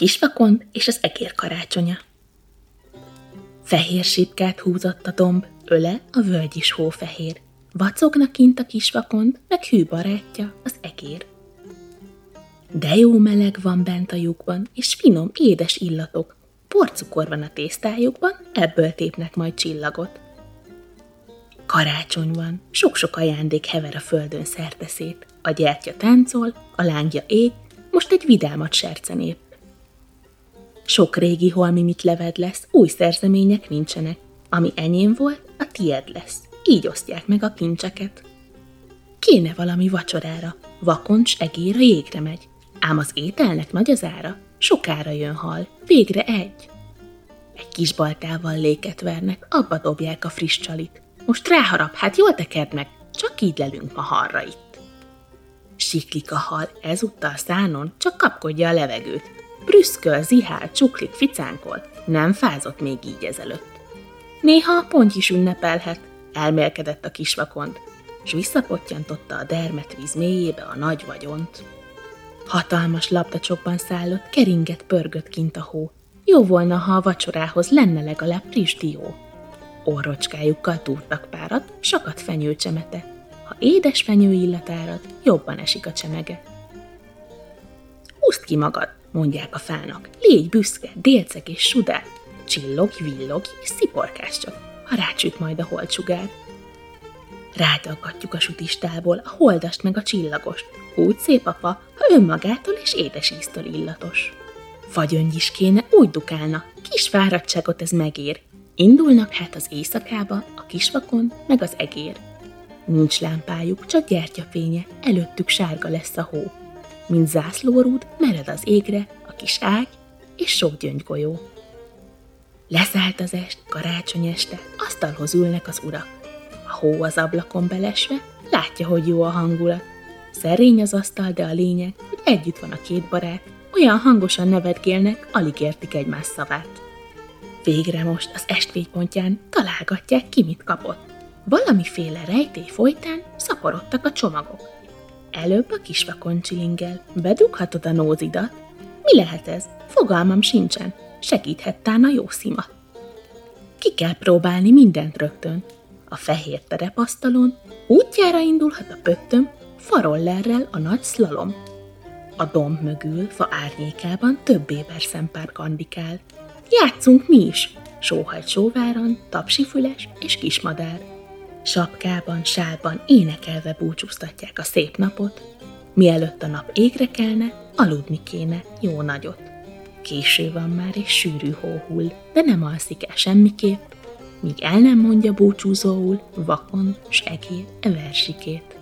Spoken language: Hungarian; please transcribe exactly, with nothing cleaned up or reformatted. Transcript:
kisvakond és az egér karácsonya. Fehér sípkát húzott a domb, öle a völgy is hófehér. Vacognak kint a kisvakond, meg hű barátja, az egér. De jó meleg van bent a lyukban, és finom, édes illatok. Porcukor van a tésztájukban, ebből tépnek majd csillagot. Karácsony van, sok-sok ajándék hever a földön szerteszét. A gyertya táncol, a lángja ég, most egy vidámat sercen épp. Sok régi holmimit leved lesz, új szerzemények nincsenek. Ami enyém volt, a tied lesz. Így osztják meg a kincseket. Kéne valami vacsorára, vakond s egér a jégre megy. Ám az ételnek nagy az ára, sokára jön hal, végre egy. Egy kis baltával léket vernek, abba dobják a friss csalit. Most ráharap, hát jól tekerd meg, csak így lelünk ma halra itt. Siklik a hal, ezúttal szánon, csak kapkodja a levegőt. Brüszköl, zihál, csuklik, ficánkol, nem fázott még így ezelőtt. Néha a ponty is ünnepelhet, elmélkedett a kisvakond, s visszapottyantotta a dermet víz mélyébe a nagy vagyont. Hatalmas labdacsokban szállott, keringett, pörgött kint a hó. Jó volna, ha a vacsorához lenne legalább friss dió. Orrocskájukkal túrtak párat, sakat fenyő csemete. Ha édes fenyő illat árad, jobban esik a csemege. Húzd ki magad, mondják a fának, légy büszke, délceg és sudár. Csillogj, villogj és sziporkás csak, ha rácsüt majd a holdsugár. Rádaggatjuk a sütistából a holdast meg a csillagost, úgy szép apa, ha önmagától és édes íztől illatos. Fagyöngy is kéne, úgy dukálna, kis fáradtságot ez megér. Indulnak hát az éjszakába a kisvakond meg az egér. Nincs lámpájuk, csak gyertyafénye, előttük sárga lesz a hó. Mint zászlórúd, mered az égre a kis ágy és sok gyöngygolyó. Leszállt az est, karácsony este, asztalhoz ülnek az urak. A hó az ablakon belesve, látja, hogy jó a hangulat. Szerény az asztal, de a lényeg, hogy együtt van a két barát, olyan hangosan nevetgélnek, alig értik egymás szavát. Végre most az estvénypontján találgatják, ki mit kapott. Valamiféle rejtély folytán szaporodtak a csomagok. Előbb a kisvakond csilingel, bedughatod a nózidat. Mi lehet ez? Fogalmam sincsen, segíthet tán a jó szima. Ki kell próbálni mindent rögtön. A fehér terepasztalon útjára indulhat a pöttöm, farollerrel a nagy szlalom. A domb mögül, fa árnyékában több éber szempár kandikál. Játszunk mi is! Sóhajt sóváron, tapsifüles és kismadár. Sapkában, sálban énekelve búcsúztatják a szép napot. Mielőtt a nap égre kelne, aludni kéne jó nagyot. Késő van már és sűrű hó hull, de nem alszik el semmiképp, míg el nem mondja búcsúzóul vakond s egér e versikét.